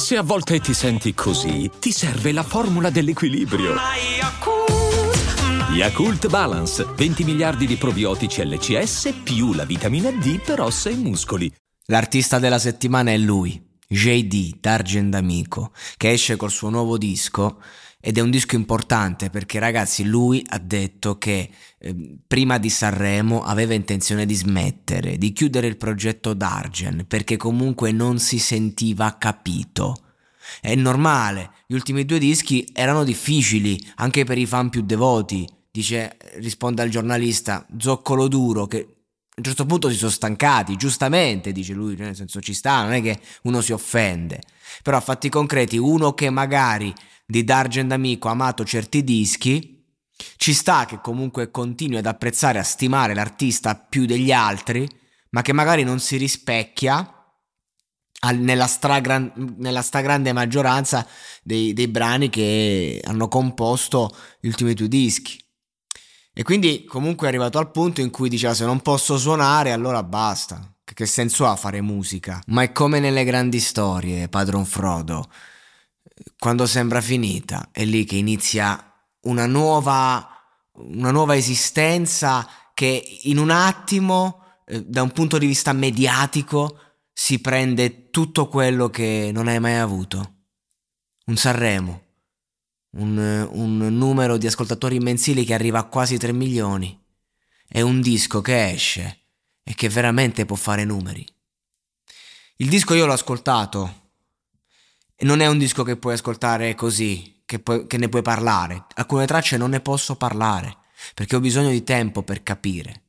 Se a volte ti senti così, ti serve la formula dell'equilibrio. Yakult Balance, 20 miliardi di probiotici LCS più la vitamina D per ossa e muscoli. L'artista della settimana è lui, JD, Dargen D'Amico, che esce col suo nuovo disco ed è un disco importante perché, ragazzi, lui ha detto che prima di Sanremo aveva intenzione di smettere, di chiudere il progetto Dargen, perché comunque non si sentiva capito. È normale, gli ultimi 2 dischi erano difficili anche per i fan più devoti, dice, risponde al giornalista Zoccolo Duro, che a un certo punto si sono stancati, giustamente, dice lui, nel senso ci sta, non è che uno si offende, però a fatti concreti, uno che magari di Dargen D'Amico ha amato certi dischi, ci sta che comunque continui ad apprezzare, a stimare l'artista più degli altri, ma che magari non si rispecchia nella stragrande maggioranza dei brani che hanno composto gli ultimi 2 dischi. E quindi comunque è arrivato al punto in cui diceva: se non posso suonare allora basta, che senso ha fare musica? Ma è come nelle grandi storie, padron Frodo, quando sembra finita è lì che inizia una nuova esistenza che in un attimo, da un punto di vista mediatico, si prende tutto quello che non hai mai avuto. Un Sanremo, un numero di ascoltatori mensili che arriva a quasi 3 milioni, è un disco che esce e che veramente può fare numeri. Il disco io l'ho ascoltato e non è un disco che puoi ascoltare così, che ne puoi parlare. Alcune tracce non ne posso parlare perché ho bisogno di tempo per capire.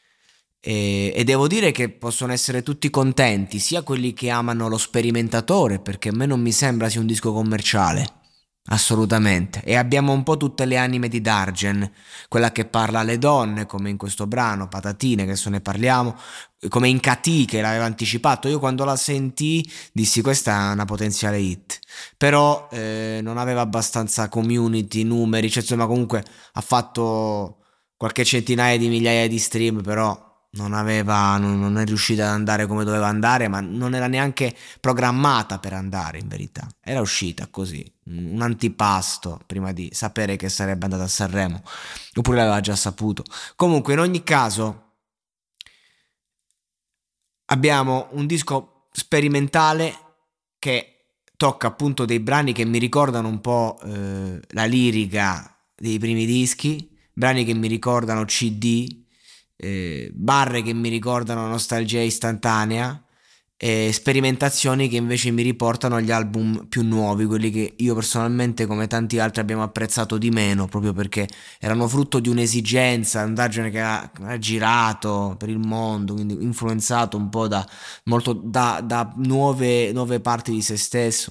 E devo dire che possono essere tutti contenti, sia quelli che amano lo sperimentatore, perché a me non mi sembra sia un disco commerciale, assolutamente, e abbiamo un po' tutte le anime di Dargen, quella che parla alle donne, come in questo brano Patatine, che adesso ne parliamo, come in Cati, che l'aveva anticipato. Io quando la sentii dissi: questa è una potenziale hit, però non aveva abbastanza community, numeri, cioè insomma comunque ha fatto qualche centinaia di migliaia di stream, però non è riuscita ad andare come doveva andare, ma non era neanche programmata per andare, in verità era uscita così, un antipasto, prima di sapere che sarebbe andata a Sanremo, oppure l'aveva già saputo. Comunque in ogni caso abbiamo un disco sperimentale che tocca appunto dei brani che mi ricordano un po' la lirica dei primi dischi, brani che mi ricordano CD, barre che mi ricordano nostalgia istantanea, sperimentazioni che invece mi riportano agli album più nuovi, quelli che io personalmente, come tanti altri, abbiamo apprezzato di meno, proprio perché erano frutto di un'esigenza, un Dargen che ha girato per il mondo, quindi influenzato un po' da nuove parti di se stesso.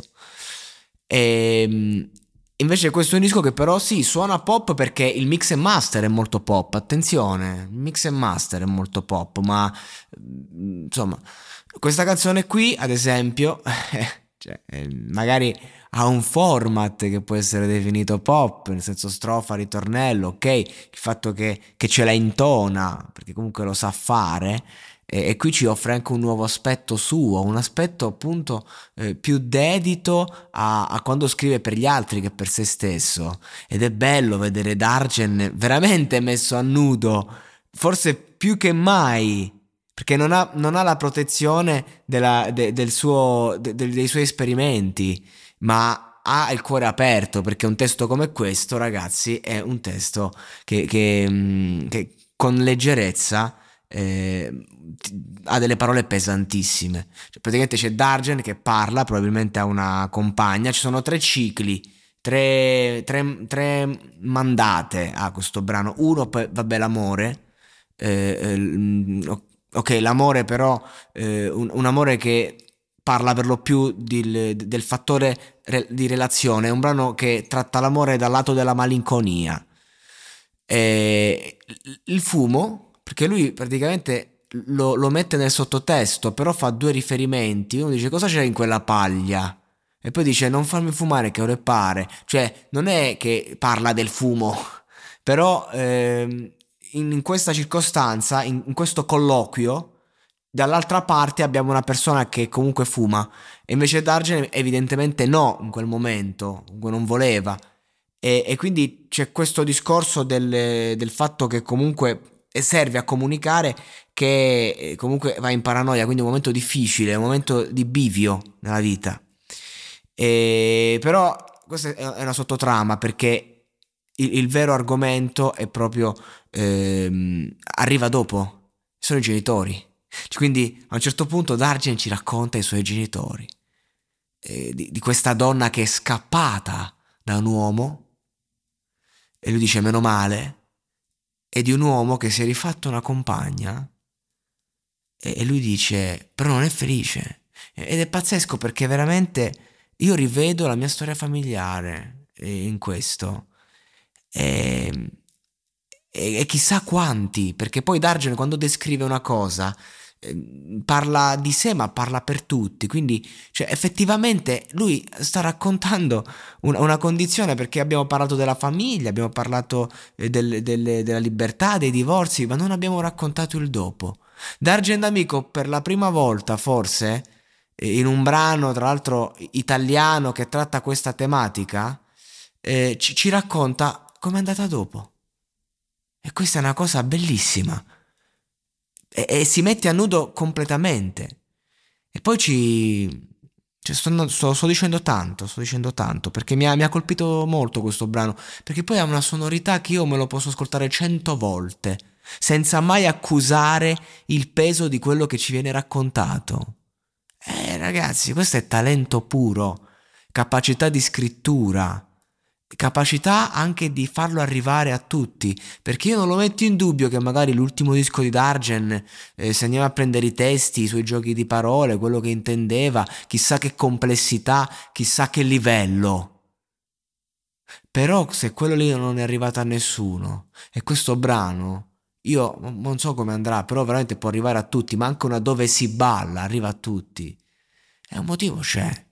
Invece questo è un disco che però sì, suona pop perché il mix e master è molto pop, attenzione, il mix e master è molto pop, ma insomma, questa canzone qui, ad esempio, magari ha un format che può essere definito pop, nel senso strofa, ritornello, ok, il fatto che ce la intona, perché comunque lo sa fare, e qui ci offre anche un nuovo aspetto suo, un aspetto appunto più dedito a quando scrive per gli altri che per se stesso, ed è bello vedere Dargen veramente messo a nudo, forse più che mai, perché non ha la protezione dei suoi esperimenti, ma ha il cuore aperto, perché un testo come questo, ragazzi, è un testo che con leggerezza ha delle parole pesantissime. Cioè, praticamente c'è Dargen che parla probabilmente a una compagna, ci sono 3 cicli, tre mandate a questo brano. Uno, vabbè, l'amore, ok, l'amore, però un amore che parla per lo più del fattore di relazione. È un brano che tratta l'amore dal lato della malinconia, il fumo, perché lui praticamente lo mette nel sottotesto, però fa 2 riferimenti. Uno dice: cosa c'è in quella paglia? E poi dice: non farmi fumare che ore pare. Cioè non è che parla del fumo, però in questa circostanza, in questo colloquio, Dall'altra parte abbiamo una persona che comunque fuma e invece Dargen evidentemente no in quel momento, non voleva. E quindi c'è questo discorso del fatto che comunque serve a comunicare che comunque va in paranoia, quindi è un momento difficile, è un momento di bivio nella vita. Però questa è una sottotrama perché il vero argomento è proprio arriva dopo, sono i genitori. Quindi a un certo punto Dargen ci racconta i suoi genitori, di questa donna che è scappata da un uomo e lui dice meno male, e di un uomo che si è rifatto una compagna e lui dice però non è felice. Ed è pazzesco perché veramente io rivedo la mia storia familiare in questo. E, e chissà quanti, perché poi Dargen quando descrive una cosa parla di sé ma parla per tutti, quindi cioè, effettivamente lui sta raccontando una condizione perché abbiamo parlato della famiglia, abbiamo parlato della libertà, dei divorzi, ma non abbiamo raccontato il dopo. Dargen D'Amico per la prima volta forse in un brano tra l'altro italiano che tratta questa tematica ci racconta com'è andata dopo. E questa è una cosa bellissima. E si mette a nudo completamente. E poi cioè, sto dicendo tanto, perché mi ha colpito molto questo brano, perché poi ha una sonorità che io me lo posso ascoltare 100 volte, senza mai accusare il peso di quello che ci viene raccontato. Ragazzi, questo è talento puro, capacità di scrittura, capacità anche di farlo arrivare a tutti, perché io non lo metto in dubbio che magari l'ultimo disco di Dargen, se andiamo a prendere i testi, i suoi giochi di parole, quello che intendeva, chissà che complessità, chissà che livello. Però se quello lì non è arrivato a nessuno, e questo brano, io non so come andrà, però veramente può arrivare a tutti, ma anche una dove si balla arriva a tutti. E un motivo c'è.